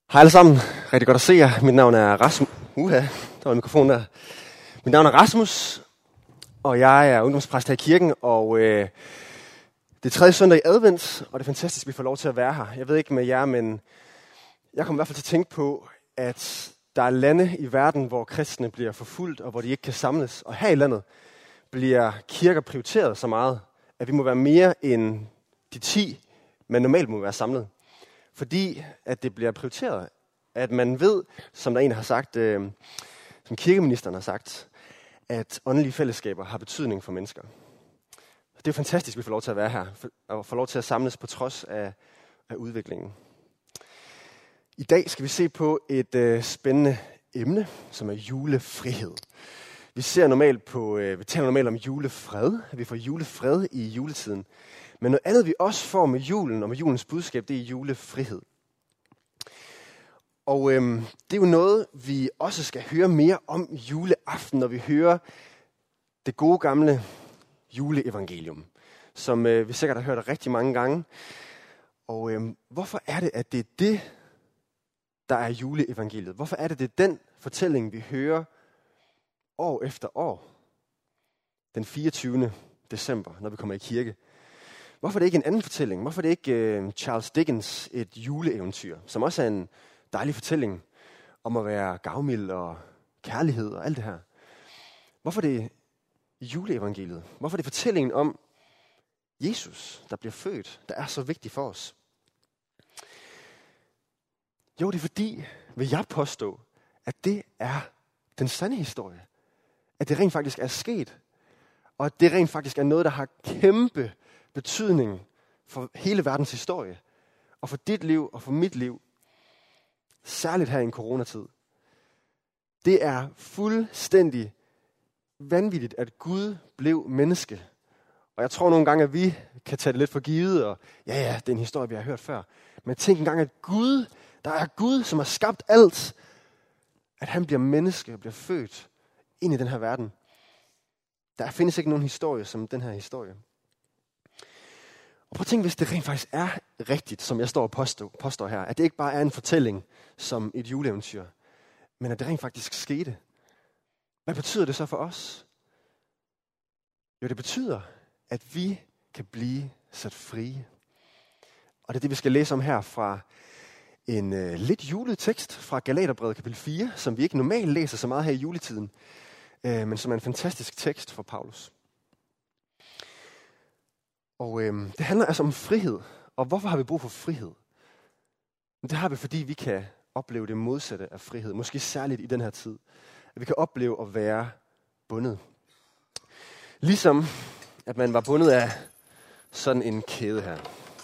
Hej alle sammen. Rigtig godt at se jer. Mit navn er Rasmus. Der var mikrofonen der. Mit navn er Rasmus, og jeg er ungdomspræst her i kirken, og det er tredje søndag i advent, og det er fantastisk, at vi får lov til at være her. Jeg ved ikke med jer, men jeg kommer i hvert fald til at tænke på, at der er lande i verden, hvor kristne bliver forfulgt, og hvor de ikke kan samles. Og her i landet bliver kirker prioriteret så meget, at vi må være mere end de 10, man normalt må være samlet. Fordi at det bliver prioriteret, at man ved, som der en har sagt, som kirkeministeren har sagt, at åndelige fællesskaber har betydning for mennesker. Det er fantastisk, at vi får lov til at være her, og får lov til at samles på trods af udviklingen. I dag skal vi se på et spændende emne, som er julefrihed. Vi taler normalt om julefred, at vi får julefred i juletiden. Men noget andet, vi også får med julen og med julens budskab, det er julefrihed. Og det er jo noget, vi også skal høre mere om juleaften, når vi hører det gode gamle juleevangelium, som vi sikkert har hørt rigtig mange gange. Og hvorfor er det, at det er det, der er juleevangeliet? Hvorfor er det den fortælling, vi hører år efter år, den 24. december, når vi kommer i kirke? Hvorfor er det ikke en anden fortælling? Hvorfor er det ikke Charles Dickens' Et juleeventyr, som også er en dejlig fortælling om at være gavmild og kærlighed og alt det her? Hvorfor er det juleevangeliet? Hvorfor er det fortællingen om Jesus, der bliver født, der er så vigtig for os? Jo, det er fordi, vil jeg påstå, at det er den sande historie. At det rent faktisk er sket. Og at det rent faktisk er noget, der har kæmpe betydning for hele verdens historie. Og for dit liv og for mit liv. Særligt her i en coronatid. Det er fuldstændig vanvittigt, at Gud blev menneske. Og jeg tror nogle gange, at vi kan tage det lidt for givet. Og ja, det er en historie, vi har hørt før. Men tænk engang, at Gud, der er Gud, som har skabt alt, at han bliver menneske og bliver født ind i den her verden. Der findes ikke nogen historie som den her historie. Og prøv at tænke, hvis det rent faktisk er rigtigt, som jeg står og påstår her, at det ikke bare er en fortælling som et juleeventyr, men at det rent faktisk skete. Hvad betyder det så for os? Jo, det betyder, at vi kan blive sat frie. Og det er det, vi skal læse om her fra en lidt julet tekst fra Galaterbrevet kapitel 4, som vi ikke normalt læser så meget her i juletiden, men som er en fantastisk tekst for Paulus. Og det handler altså om frihed. Og hvorfor har vi brug for frihed? Det har vi, fordi vi kan opleve det modsatte af frihed. Måske særligt i den her tid. At vi kan opleve at være bundet. Ligesom at man var bundet af sådan en kæde her.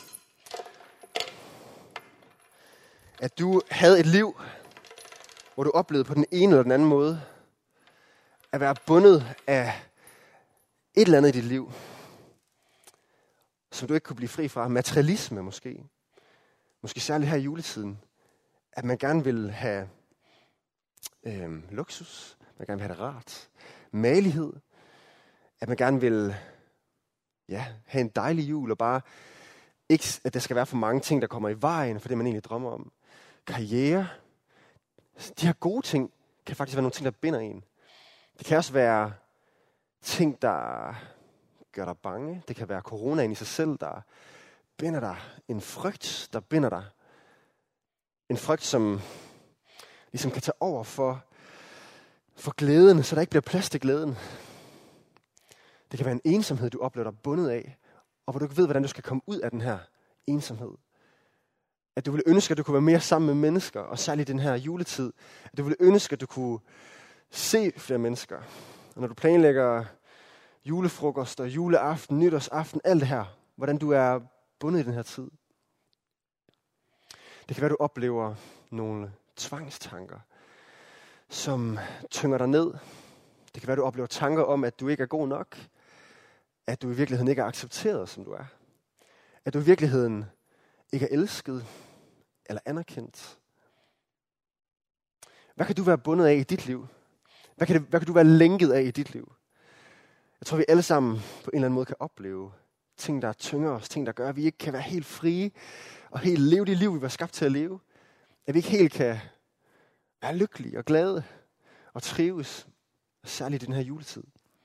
At du havde et liv, hvor du oplevede på den ene eller den anden måde at være bundet af et eller andet i dit liv, som du ikke kunne blive fri fra. Materialisme måske. Måske særligt her i juletiden. At man gerne vil have luksus. Man gerne vil have det rart. Magelighed. At man gerne vil have en dejlig jul. Og bare ikke, at der skal være for mange ting, der kommer i vejen for det, man egentlig drømmer om. Karriere. De her gode ting kan faktisk være nogle ting, der binder en. Det kan også være ting, der gør dig bange. Det kan være coronaen i sig selv, der binder dig. En frygt, der binder dig. En frygt, som ligesom kan tage over for glæden, så der ikke bliver plads til glæden. Det kan være en ensomhed, du oplever dig bundet af, og hvor du ikke ved, hvordan du skal komme ud af den her ensomhed. At du ville ønske, at du kunne være mere sammen med mennesker, og særligt i den her juletid. At du ville ønske, at du kunne se flere mennesker. Og når du planlægger julefrokost og juleaften, nytårsaften, alt det her, hvordan du er bundet i den her tid. Det kan være, du oplever nogle tvangstanker, som tynger dig ned. Det kan være, du oplever tanker om, at du ikke er god nok. At du i virkeligheden ikke er accepteret, som du er. At du i virkeligheden ikke er elsket eller anerkendt. Hvad kan du være bundet af i dit liv? Hvad kan du være lænket af i dit liv? Jeg tror, vi alle sammen på en eller anden måde kan opleve ting, der tynger os, ting, der gør, at vi ikke kan være helt frie og helt leve det liv, vi var skabt til at leve. At vi ikke helt kan være lykkelige og glade og trives, særligt i den her juletid.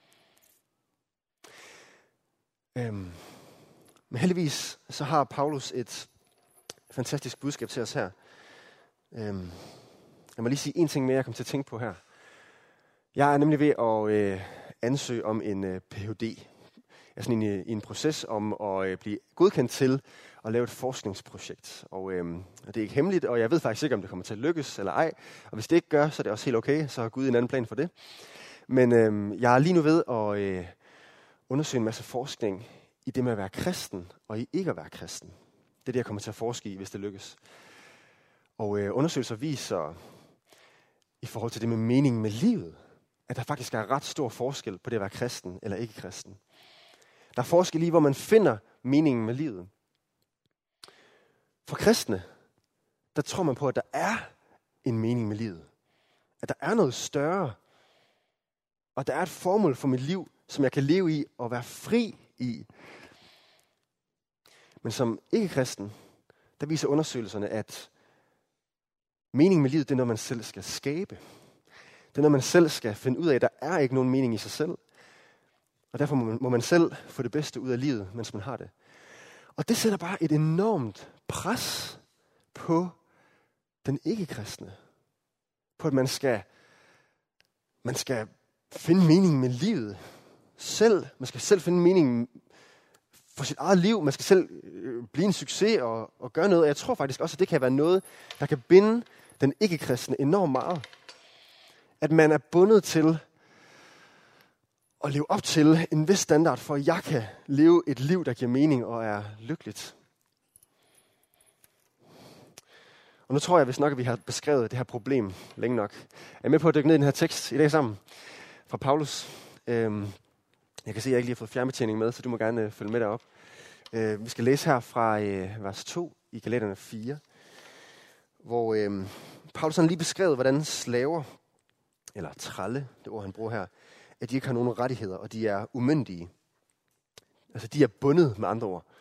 Men heldigvis så har Paulus et fantastisk budskab til os her. Jeg må lige sige en ting mere, jeg kom til at tænke på her. Jeg er nemlig ved at ansøge om en Ph.D. Jeg er sådan i en proces om at blive godkendt til at lave et forskningsprojekt. Og det er ikke hemmeligt, og jeg ved faktisk ikke, om det kommer til at lykkes eller ej. Og hvis det ikke gør, så er det også helt okay. Så har Gud en anden plan for det. Men jeg er lige nu ved at undersøge en masse forskning i det med at være kristen og i ikke at være kristen. Det er det, jeg kommer til at forske i, hvis det lykkes. Og undersøgelser viser, i forhold til det med meningen med livet, at der faktisk er ret stor forskel på det at være kristen eller ikke kristen. Der er forskel i, hvor man finder meningen med livet. For kristne, der tror man på, at der er en mening med livet. At der er noget større. Og der er et formål for mit liv, som jeg kan leve i og være fri i. Men som ikke-kristen, der viser undersøgelserne, at meningen med livet, det er noget, man selv skal skabe. Det er noget, man selv skal finde ud af. Der er ikke nogen mening i sig selv. Og derfor må man selv få det bedste ud af livet, mens man har det. Og det sætter bare et enormt pres på den ikke-kristne. På at man skal finde mening med livet selv. Man skal selv finde mening for sit eget liv. Man skal selv blive en succes og gøre noget. Og jeg tror faktisk også, at det kan være noget, der kan binde den ikke-kristne enormt meget. At man er bundet til at leve op til en vis standard, for at jeg kan leve et liv, der giver mening og er lykkeligt. Og nu tror jeg, hvis nok, at vi har beskrevet det her problem længe nok. Er I med på at dykke ned i den her tekst i dag sammen fra Paulus? Jeg kan se, at jeg ikke lige har fået fjernbetjening med, så du må gerne følge med derop. Vi skal læse her fra vers 2 i Galaterne 4, hvor Paulus har lige beskrevet, hvordan slaver, eller trælle, det ord han bruger her, at de ikke har nogen rettigheder, og de er umyndige. Altså, de er bundet med andre ord.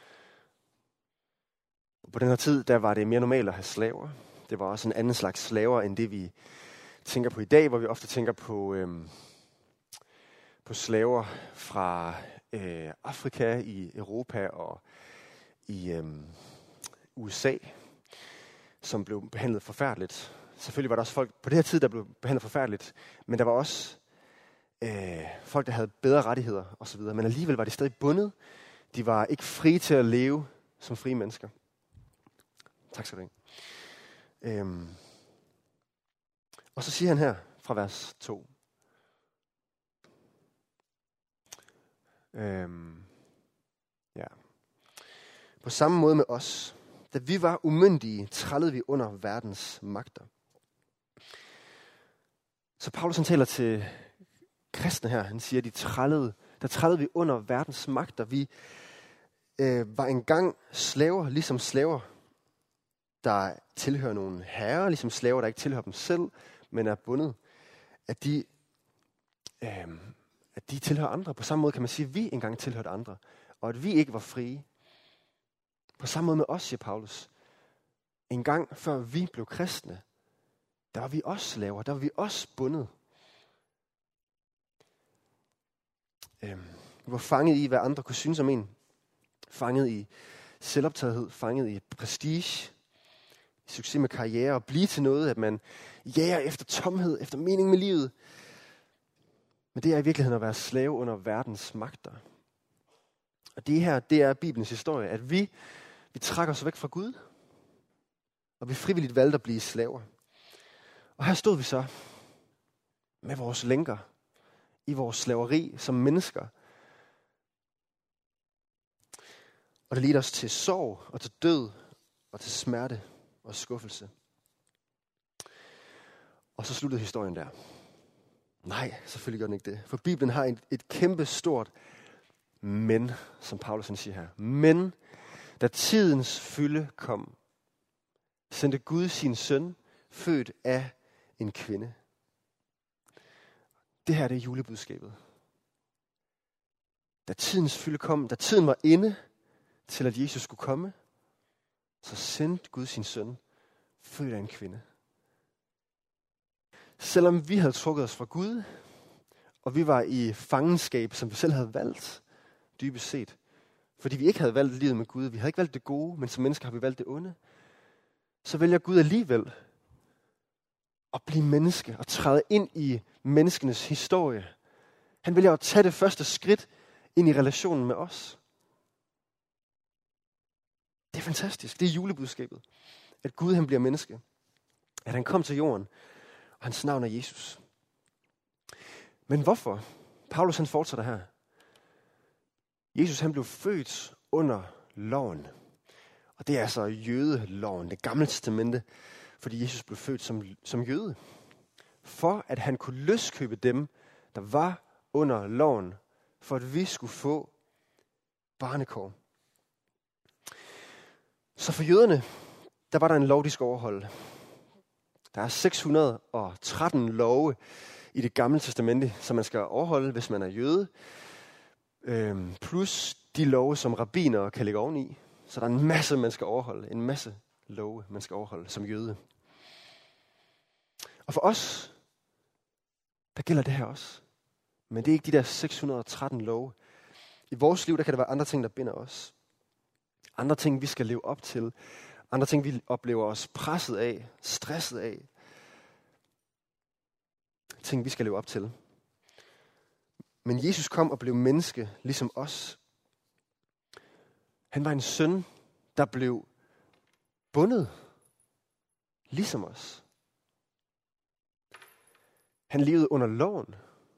På den her tid, der var det mere normalt at have slaver. Det var også en anden slags slaver, end det vi tænker på i dag, hvor vi ofte tænker på slaver fra Afrika, i Europa og i USA, som blev behandlet forfærdeligt. Selvfølgelig var der også folk på det her tid, der blev behandlet forfærdeligt, men der var også folk, der havde bedre rettigheder osv. Men alligevel var de stadig bundet. De var ikke frie til at leve som frie mennesker. Tak skal du have. Og så siger han her fra vers 2. Ja. På samme måde med os. Da vi var umyndige, trællede vi under verdens magter. Så Paulus han taler til kristne her. Han siger, der trællede vi under verdens magter. Vi var engang slaver, ligesom slaver, der tilhører nogle herrer, ligesom slaver, der ikke tilhører dem selv, men er bundet. At de tilhører andre. På samme måde kan man sige, at vi engang tilhørte andre, og at vi ikke var frie. På samme måde med os, siger Paulus. En gang før vi blev kristne, der var vi også slaver, der var vi også bundet. Vi var fanget i, hvad andre kunne synes om en. Fanget i selvoptagethed, fanget i prestige, i succes med karriere, og blive til noget, at man jager efter tomhed, efter mening med livet. Men det er i virkeligheden at være slave under verdens magter. Og det her, det er Bibelens historie, at vi trækker os væk fra Gud, og vi frivilligt valgte at blive slaver. Og her stod vi så med vores lænker i vores slaveri som mennesker. Og det ledte os til sorg og til død og til smerte og skuffelse. Og så sluttede historien der. Nej, selvfølgelig gør den ikke det. For Bibelen har et kæmpe stort men, som Paulus siger her. Men, da tidens fylde kom, sendte Gud sin søn, født af en kvinde. Det her det er julebudskabet. Da tidens fylde kom, da tiden var inde til, at Jesus skulle komme, så sendte Gud sin søn, født af en kvinde. Selvom vi havde trukket os fra Gud, og vi var i fangenskab, som vi selv havde valgt, dybest set, fordi vi ikke havde valgt livet med Gud, vi havde ikke valgt det gode, men som mennesker har vi valgt det onde, så vælger Gud alligevel at blive menneske og træde ind i menneskenes historie. Han vælger at tage det første skridt ind i relationen med os. Det er fantastisk. Det er julebudskabet. At Gud han bliver menneske. At han kom til jorden, og hans navn er Jesus. Men hvorfor? Paulus han fortsætter her. Jesus han blev født under loven. Og det er altså jødeloven, det gamle testamente, fordi Jesus blev født som jøde. For at han kunne løskøbe dem, der var under loven, for at vi skulle få barnekår. Så for jøderne, der var der en lov, de skulle overholde. Der er 613 love i det gamle testamente, som man skal overholde, hvis man er jøde. Plus de love, som rabbinere kan lægge oveni. Så der er en masse, man skal overholde. En masse love, man skal overholde som jøde. Og for os, der gælder det her også. Men det er ikke de der 613 love. I vores liv, der kan der være andre ting, der binder os. Andre ting, vi skal leve op til. Andre ting, vi oplever os presset af, stresset af. Ting, vi skal leve op til. Men Jesus kom og blev menneske, ligesom os. Han var en søn, der blev bundet, ligesom os. Han levede under loven.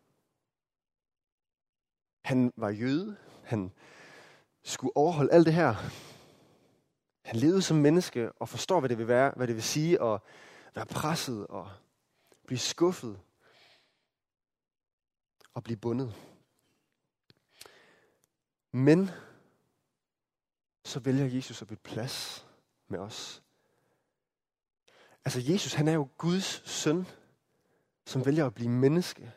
Han var jøde. Han skulle overholde alt det her. Han levede som menneske og forstår, hvad det vil være, hvad det vil sige at være presset og blive skuffet og blive bundet. Men så vælger Jesus at bytte plads med os. Altså Jesus, han er jo Guds søn, som vælger at blive menneske.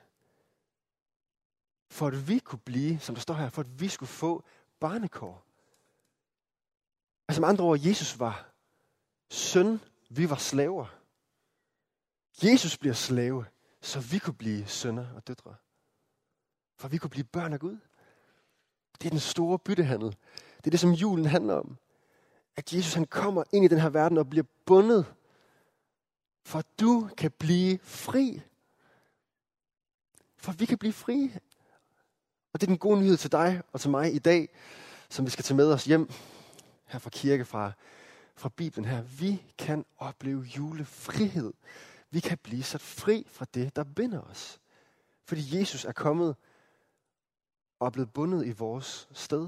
For at vi kunne blive, som der står her, for at vi skulle få barnekår. Altså med andre ord, Jesus var søn, vi var slaver. Jesus bliver slave, så vi kunne blive sønner og døtre. For vi kunne blive børn af Gud. Det er den store byttehandel. Det er det, som julen handler om. At Jesus han kommer ind i den her verden og bliver bundet, for at du kan blive fri. For at vi kan blive fri. Og det er den gode nyhed til dig og til mig i dag, som vi skal tage med os hjem her fra kirke, fra Bibelen her. Vi kan opleve julefrihed. Vi kan blive sat fri fra det, der binder os. Fordi Jesus er kommet og er blevet bundet i vores sted.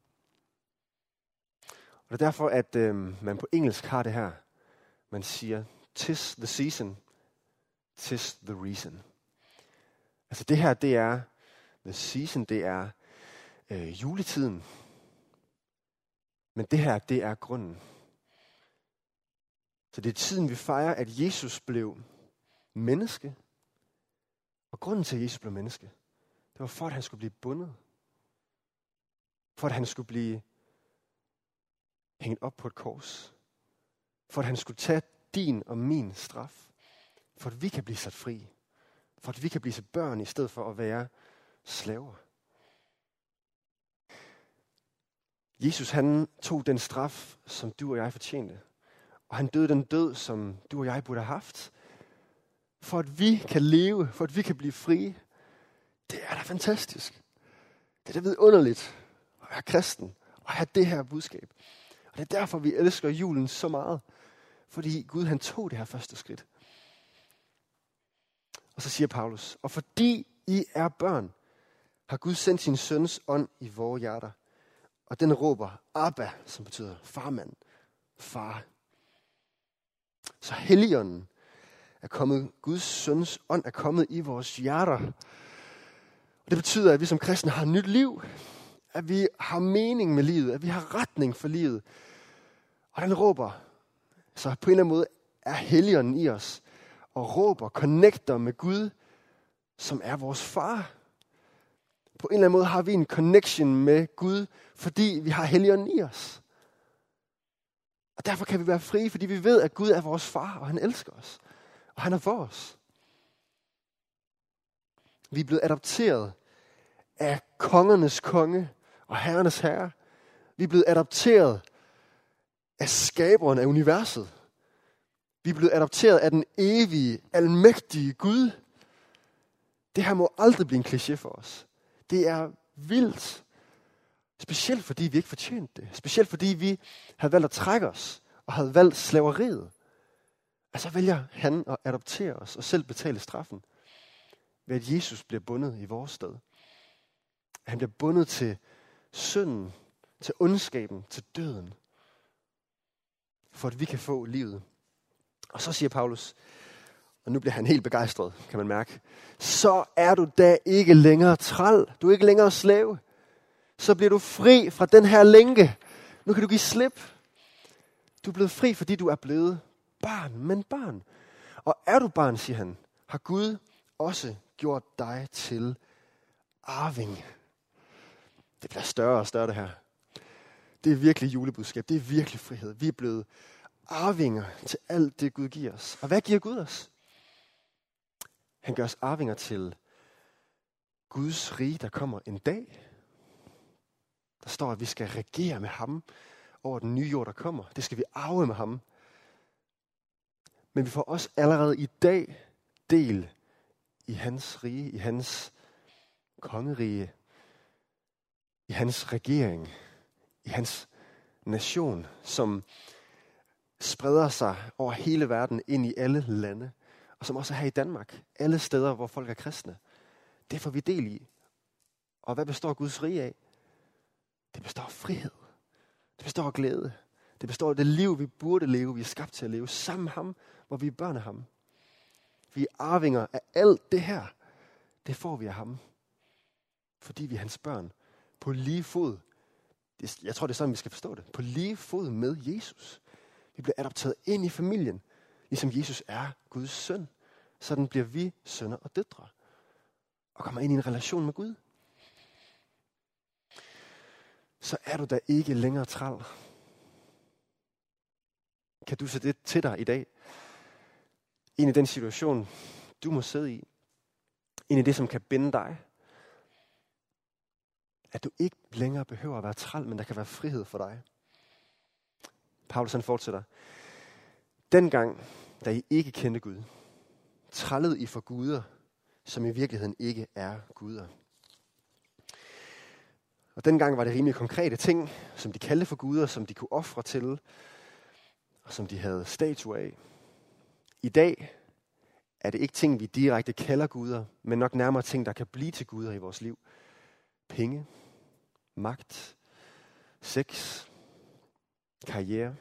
Og det er derfor, at man på engelsk har det her. Man siger, 'tis the season, 'tis the reason. Altså det her, det er the season, det er juletiden. Men det her, det er grunden. Så det er tiden, vi fejrer, at Jesus blev menneske. Og grunden til, at Jesus blev menneske, det var for, at han skulle blive bundet. For at han skulle blive hængt op på et kors. For at han skulle tage din og min straf. For at vi kan blive sat fri. For at vi kan blive til børn, i stedet for at være slaver. Jesus han tog den straf, som du og jeg fortjente. Og han døde den død, som du og jeg burde have haft. For at vi kan leve, for at vi kan blive frie. Det er da fantastisk. Det er da vidunderligt at være kristen og have det her budskab. Og det er derfor, vi elsker julen så meget. Fordi Gud han tog det her første skridt. Og så siger Paulus, og fordi I er børn, har Gud sendt sin søns ånd i vores hjerter. Og den råber Abba, som betyder farmand, far. Så Helligånden er kommet, Guds søns ånd er kommet i vores hjerter. Og det betyder, at vi som kristne har et nyt liv. At vi har mening med livet. At vi har retning for livet. Og den råber. Så på en eller anden måde er Helligånden i os. Og råber, connecter med Gud, som er vores far. På en eller anden måde har vi en connection med Gud, fordi vi har Helligånden i os. Og derfor kan vi være frie, fordi vi ved, at Gud er vores far, og han elsker os. Og han er for os. Vi er blevet adopteret af kongernes konge og herrenes herre. Vi er blevet adopteret af skaberen af universet. Vi er blevet adopteret af den evige, almægtige Gud. Det her må aldrig blive en kliché for os. Det er vildt. Specielt fordi vi ikke fortjente det. Specielt fordi vi havde valgt at trække os og havde valgt slaveriet. Og så vælger han at adoptere os og selv betale straffen. Ved at Jesus bliver bundet i vores sted. Han bliver bundet til synden, til ondskaben, til døden. For at vi kan få livet. Og så siger Paulus, og nu bliver han helt begejstret, kan man mærke. Så er du da ikke længere træl. Du er ikke længere slave. Så bliver du fri fra den her lænke. Nu kan du give slip. Du er blevet fri, fordi du er blevet barn, men barn. Og er du barn, siger han, har Gud også gjort dig til arving. Det bliver større og større det her. Det er virkelig julebudskab. Det er virkelig frihed. Vi er blevet arvinger til alt det Gud giver os. Og hvad giver Gud os? Han gør os arvinger til Guds rige, der kommer en dag. Der står, at vi skal regere med ham over den nye jord, der kommer. Det skal vi arve med ham. Men vi får også allerede i dag del i hans rige, i hans kongerige, i hans regering, i hans nation, som spreder sig over hele verden ind i alle lande, og som også er her i Danmark, alle steder, hvor folk er kristne. Det får vi del i. Og hvad består Guds rige af? Det består af frihed. Det består af glæde. Det består af det liv, vi burde leve. Vi er skabt til at leve sammen med ham, hvor vi er børn af ham. Vi er arvinger af alt det her. Det får vi af ham. Fordi vi er hans børn. På lige fod. Jeg tror, det er sådan, vi skal forstå det. På lige fod med Jesus. Vi bliver adopteret ind i familien. Ligesom Jesus er Guds søn. Sådan bliver vi sønner og døtre. Og kommer ind i en relation med Gud. Så er du da ikke længere træl. Kan du sætte det til dig i dag? Ind i den situation, du må sidde i. Ind i det, som kan binde dig. At du ikke længere behøver at være træl, men der kan være frihed for dig. Paulus han fortsætter. Dengang, da I ikke kendte Gud, trællede I for guder, som i virkeligheden ikke er guder. Og dengang var det rimelig konkrete ting, som de kaldte for guder, som de kunne ofre til, og som de havde statuer af. I dag er det ikke ting, vi direkte kalder guder, men nok nærmere ting, der kan blive til guder i vores liv. Penge, magt, sex, karriere.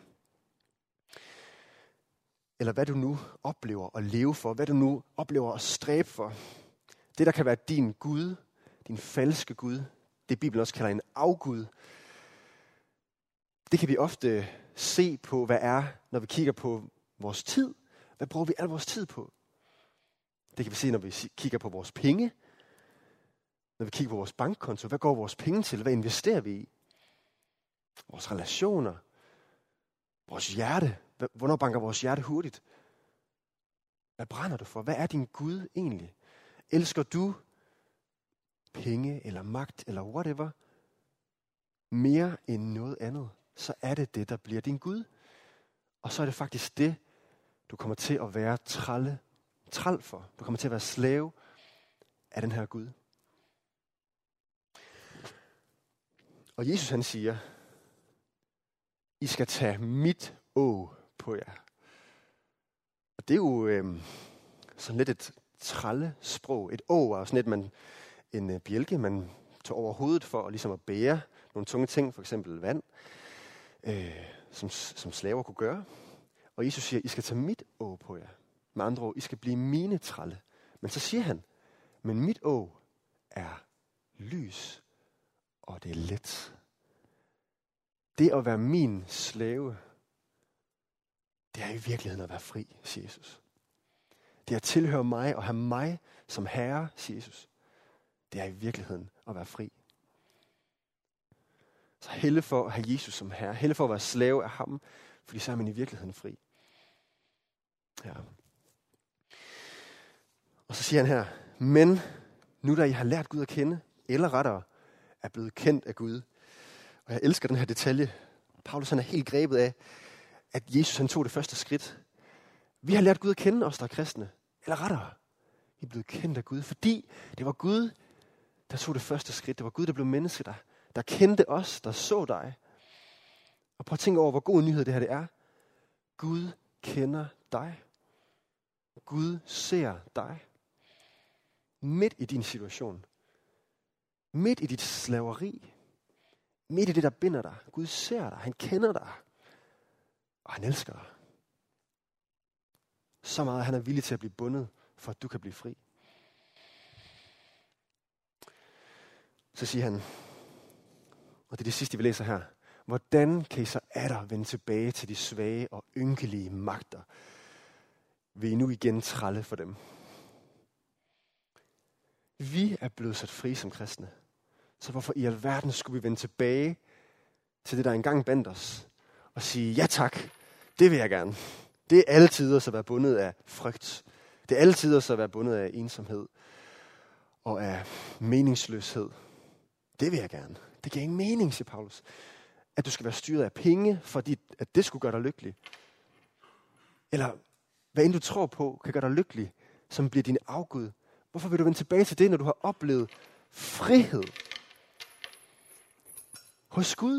Eller hvad du nu oplever at leve for, hvad du nu oplever at stræbe for. Det, der kan være din Gud, din falske Gud, det Bibelen også kalder en afgud, det kan vi ofte se på, hvad er, når vi kigger på vores tid. Hvad bruger vi al vores tid på? Det kan vi se, når vi kigger på vores penge. Når vi kigger på vores bankkonto, hvad går vores penge til? Hvad investerer vi i? Vores relationer. Vores hjerte. Hvornår banker vores hjerte hurtigt? Hvad brænder du for? Hvad er din Gud egentlig? Elsker du penge eller magt eller whatever mere end noget andet? Så er det det, der bliver din Gud. Og så er det faktisk det, du kommer til at være træl for. Du kommer til at være slave af den her Gud. Og Jesus han siger, I skal tage mit åg på jer. Og det er jo sådan lidt et trællesprog. Et åg er sådan en bjælke, man tog over hovedet for ligesom at bære nogle tunge ting, for eksempel vand, som slaver kunne gøre. Og Jesus siger, I skal tage mit åg på jer. Med andre ord, I skal blive mine trælle. Men så siger han, men mit åg er lys, og det er let. Det at være min slave, det er i virkeligheden at være fri, siger Jesus. Det er at tilhøre mig og have mig som herre, siger Jesus. Det er i virkeligheden at være fri. Så helle for at have Jesus som herre, helle for at være slave af ham, Fordi så er man i virkeligheden fri. Ja. Og så siger han her, men nu da I har lært Gud at kende, eller rettere er blevet kendt af Gud. Og jeg elsker den her detalje. Paulus han er helt grebet af, at Jesus han tog det første skridt. Vi har lært Gud at kende, os der er kristne. Eller rettere, vi er blevet kendt af Gud, fordi det var Gud, der tog det første skridt. Det var Gud, der blev menneske, der kendte os, der så dig. Og prøv at tænke over, hvor god en nyhed det her det er. Gud kender dig. Gud ser dig. Midt i din situation. Midt i dit slaveri. Midt i det, der binder dig. Gud ser dig. Han kender dig. Og han elsker dig. Så meget, at han er villig til at blive bundet, for at du kan blive fri. Så siger han, og det er det sidste, vi læser her. Hvordan kan I så atter vende tilbage til de svage og ynkelige magter? Vil I nu igen trælle for dem? Vi er blevet sat fri som kristne. Så hvorfor i alverden skulle vi vende tilbage til det, der engang bandt os? Og sige, ja tak, det vil jeg gerne. Det er altid at være bundet af frygt. Det er altid at være bundet af ensomhed. Og af meningsløshed. Det vil jeg gerne. Det giver ingen mening, siger Paulus. At du skal være styret af penge, fordi at det skulle gøre dig lykkelig. Eller hvad end du tror på, kan gøre dig lykkelig, som bliver din afgud. Hvorfor vil du vende tilbage til det, når du har oplevet frihed hos Gud?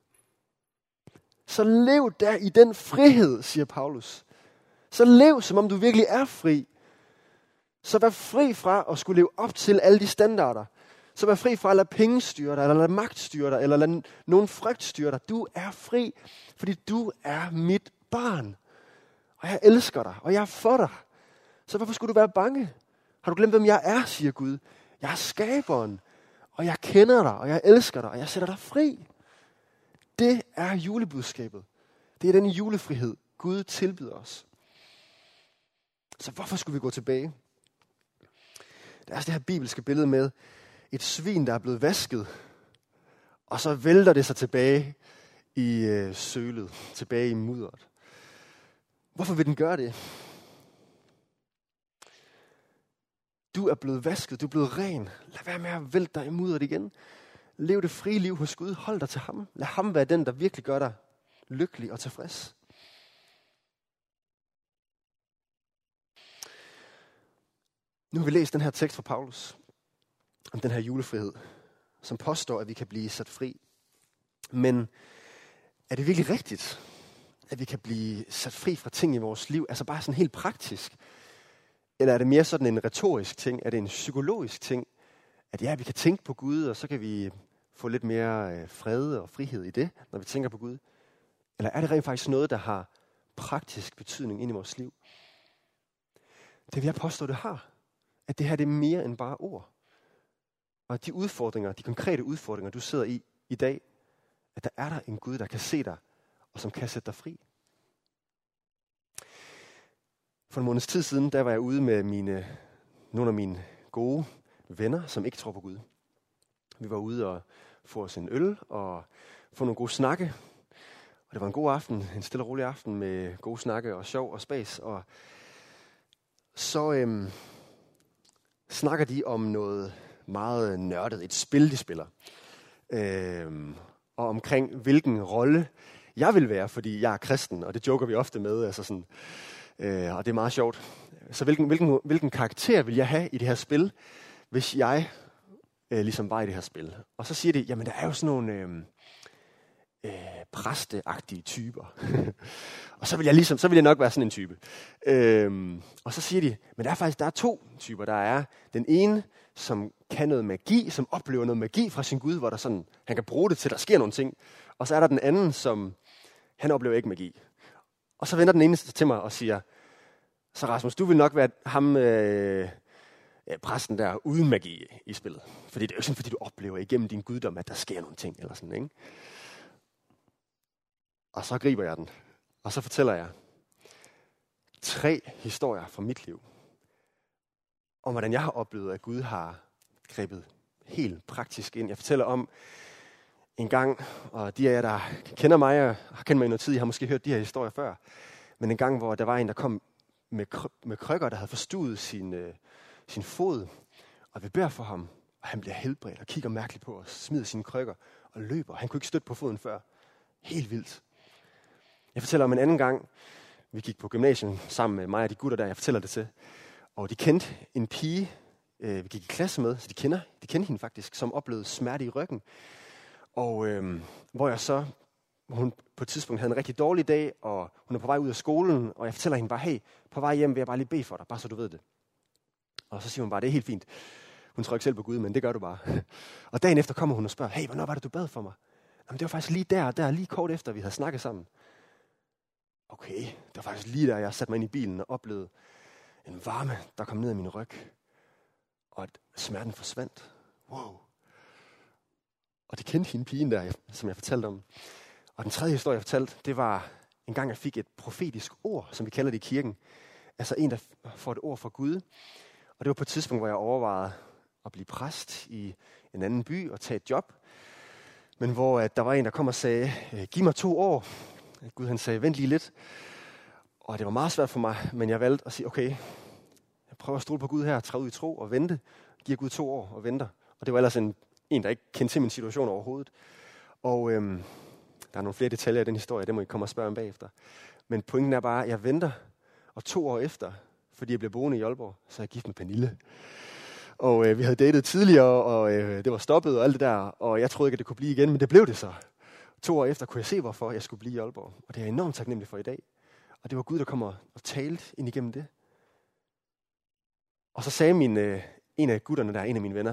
Så lev der i den frihed, siger Paulus. Så lev, som om du virkelig er fri. Så vær fri fra at skulle leve op til alle de standarder. Så vær fri fra at lade penge styre dig, eller lade magt styre dig, eller lade nogen frygt styre dig. Du er fri, fordi du er mit barn. Og jeg elsker dig, og jeg er for dig. Så hvorfor skulle du være bange? Har du glemt, hvem jeg er, siger Gud. Jeg er skaberen, og jeg kender dig, og jeg elsker dig, og jeg sætter dig fri. Det er julebudskabet. Det er den julefrihed, Gud tilbyder os. Så hvorfor skulle vi gå tilbage? Der er det her bibelske billede med et svin, der er blevet vasket, og så vælter det sig tilbage i sølet, tilbage i mudderet. Hvorfor vil den gøre det? Du er blevet vasket, du er blevet ren. Lad være med at vælte dig i mudderet igen. Lev det frie liv hos Gud. Hold dig til ham. Lad ham være den, der virkelig gør dig lykkelig og tilfreds. Nu har vi læst den her tekst fra Paulus om den her julefrihed, som påstår, at vi kan blive sat fri. Men er det virkelig rigtigt, at vi kan blive sat fri fra ting i vores liv? Altså bare sådan helt praktisk? Eller er det mere sådan en retorisk ting? Er det en psykologisk ting? At ja, vi kan tænke på Gud, og så kan vi få lidt mere fred og frihed i det, når vi tænker på Gud? Eller er det rent faktisk noget, der har praktisk betydning ind i vores liv? Det vil jeg påstå, det har. At det her det er mere end bare ord. Og de udfordringer, de konkrete udfordringer, du sidder i dag, at der er der en Gud, der kan se dig, og som kan sætte dig fri. For en måneds tid siden, der var jeg ude med nogle af mine gode venner, som ikke tror på Gud. Vi var ude og få os en øl og få nogle gode snakke. Og det var en god aften, en stille og rolig aften med gode snakke og sjov og spas. Og så snakker de om noget meget nørdet, et spil, de spiller. Og omkring hvilken rolle jeg vil være, fordi jeg er kristen, og det joker vi ofte med, altså sådan, og det er meget sjovt. Så hvilken karakter vil jeg have i det her spil, hvis jeg ligesom var i det her spil? Og så siger de, jamen der er jo sådan nogle præsteagtige typer. Og så vil jeg nok være sådan en type. Og så siger de, men der er to typer. Der er den ene, som kan noget magi, som oplever noget magi fra sin Gud, hvor der sådan, han kan bruge det til, der sker nogle ting. Og så er der den anden, som han oplever ikke magi. Og så vender den ene til mig og siger, så Rasmus, du vil nok være ham, præsten der, uden magi i spillet. Fordi det er jo sådan, fordi du oplever igennem din guddom, at der sker nogle ting, eller sådan, ikke? Og så griber jeg den, og så fortæller jeg 3 historier fra mit liv, om hvordan jeg har oplevet, at Gud har grebet helt praktisk ind. Jeg fortæller om en gang, og de af jer, der kender mig og har kendt mig i noget tid, I har måske hørt de her historier før, men en gang, hvor der var en, der kom med krykker, der havde forstuet sin fod, og vi beder for ham, og han bliver helbredt og kigger mærkeligt på os, smider sine krykker og løber. Han kunne ikke støtte på foden før. Helt vildt. Jeg fortæller om en anden gang, vi gik på gymnasiet sammen med mig og de gutter der, jeg fortæller det til, og de kendte en pige, vi gik i klasse med, så de kendte hende faktisk, som oplevede smerte i ryggen. Og hvor hun på et tidspunkt havde en rigtig dårlig dag, og hun er på vej ud af skolen, og jeg fortæller hende bare, hey, på vej hjem vil jeg bare lige bede for dig, bare så du ved det. Og så siger hun bare, det er helt fint. Hun tror ikke selv på Gud, men det gør du bare. Og dagen efter kommer hun og spørger, hey, hvornår var det, du bad for mig? Jamen, det var faktisk lige der, lige kort efter, vi havde snakket sammen. Okay, det var faktisk lige der, jeg satte mig ind i bilen og oplevede en varme, der kom ned i min ryg. Og at smerten forsvandt. Wow. Og det kendte hende pigen der, som jeg fortalte om. Og den tredje historie, jeg fortalte, det var en gang, jeg fik et profetisk ord, som vi kalder det i kirken. Altså en, der får et ord fra Gud. Og det var på et tidspunkt, hvor jeg overvejede at blive præst i en anden by og tage et job. Men hvor der var en, der kom og sagde, giv mig 2 år. Gud han sagde, vent lige lidt. Og det var meget svært for mig, men jeg valgte at sige, okay, jeg prøver at stole på Gud her, træde ud i tro og vente. Giver Gud 2 år og venter. Og det var ellers en, der ikke kendte til min situation overhovedet. Og der er nogle flere detaljer i den historie, det må I komme og spørge om bagefter. Men pointen er bare, at jeg venter, og 2 år efter, fordi jeg blev boende i Aalborg, så er jeg gift med Pernille. Og vi havde datet tidligere, og det var stoppet og alt det der, og jeg troede ikke, at det kunne blive igen, men det blev det så. 2 år efter kunne jeg se, hvorfor jeg skulle blive i Aalborg. Og det er jeg enormt taknemmelig for i dag. Og det var Gud, der kom og talte ind igennem det. Og så sagde en af gutterne der, en af mine venner,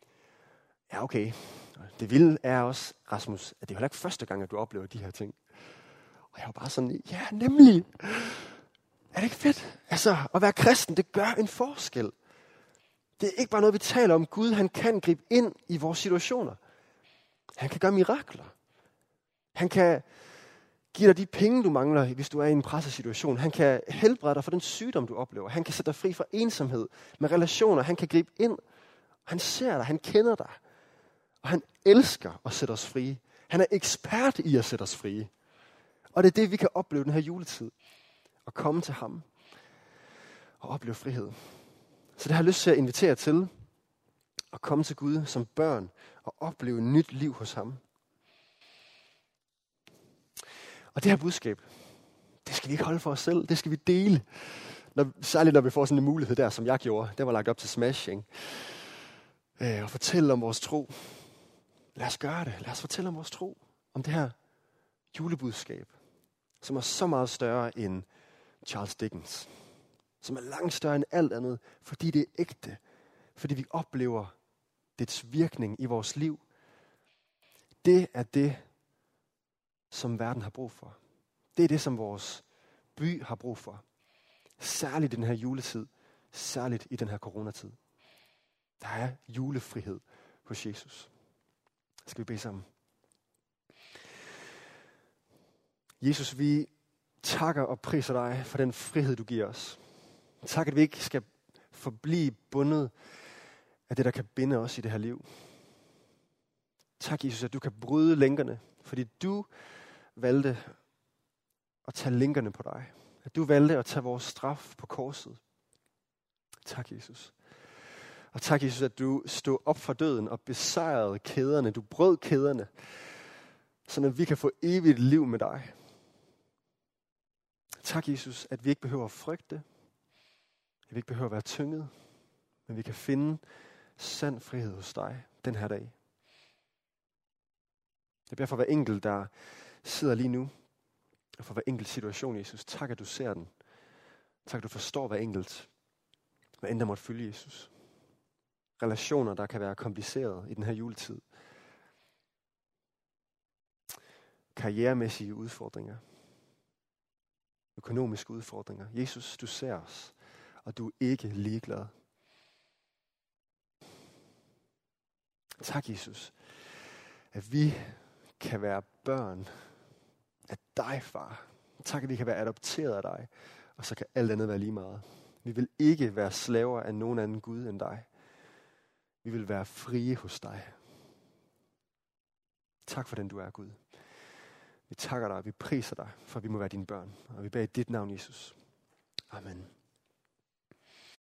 ja okay, det vilde er også, Rasmus, at det er heller ikke første gang, at du oplever de her ting. Og jeg var bare sådan, ja nemlig. Er det ikke fedt? Altså, at være kristen, det gør en forskel. Det er ikke bare noget, vi taler om. Gud, han kan gribe ind i vores situationer. Han kan gøre mirakler. Han kan give dig de penge, du mangler, hvis du er i en presset situation. Han kan helbrede dig for den sygdom, du oplever. Han kan sætte dig fri fra ensomhed med relationer. Han kan gribe ind. Han ser dig. Han kender dig. Og han elsker at sætte os frie. Han er ekspert i at sætte os frie. Og det er det, vi kan opleve den her juletid. At komme til ham og opleve frihed. Så det har jeg lyst til at invitere til. At komme til Gud som børn og opleve et nyt liv hos ham. Og det her budskab, det skal vi ikke holde for os selv. Det skal vi dele. Særligt når vi får sådan en mulighed der, som jeg gjorde. Det var lagt op til Smashing. Og fortælle om vores tro. Lad os gøre det. Lad os fortælle om vores tro. Om det her julebudskab, som er så meget større end Charles Dickens. Som er langt større end alt andet, fordi det er ægte. Fordi vi oplever dets virkning i vores liv. Det er det, som verden har brug for. Det er det, som vores by har brug for. Særligt i den her juletid. Særligt i den her coronatid. Der er julefrihed hos Jesus. Skal vi bede sammen? Jesus, vi takker og priser dig for den frihed, du giver os. Tak, at vi ikke skal forblive bundet af det, der kan binde os i det her liv. Tak, Jesus, at du kan bryde lænkerne, fordi du valgte at tage lænkerne på dig. At du valgte at tage vores straf på korset. Tak, Jesus. Og tak, Jesus, at du stod op fra døden og besejrede kæderne. Du brød kæderne, så vi kan få evigt liv med dig. Tak, Jesus, at vi ikke behøver at frygte. At vi ikke behøver at være tynget. Men vi kan finde sand frihed hos dig den her dag. Jeg beder for hver enkelt, der sidder lige nu. Og for hver enkelt situation, Jesus. Tak, at du ser den. Tak, at du forstår hver enkelt. Hvad end der måtte fylde, Jesus. Relationer, der kan være komplicerede i den her juletid. Karrieremæssige udfordringer. Økonomiske udfordringer. Jesus, du ser os, og du er ikke ligeglad. Tak, Jesus, at vi kan være børn af dig, far. Tak, at vi kan være adopteret af dig, og så kan alt andet være lige meget. Vi vil ikke være slaver af nogen anden Gud end dig. Vi vil være frie hos dig. Tak for den, du er, Gud. Vi takker dig, vi priser dig, for vi må være dine børn. Og vi beder i dit navn, Jesus. Amen.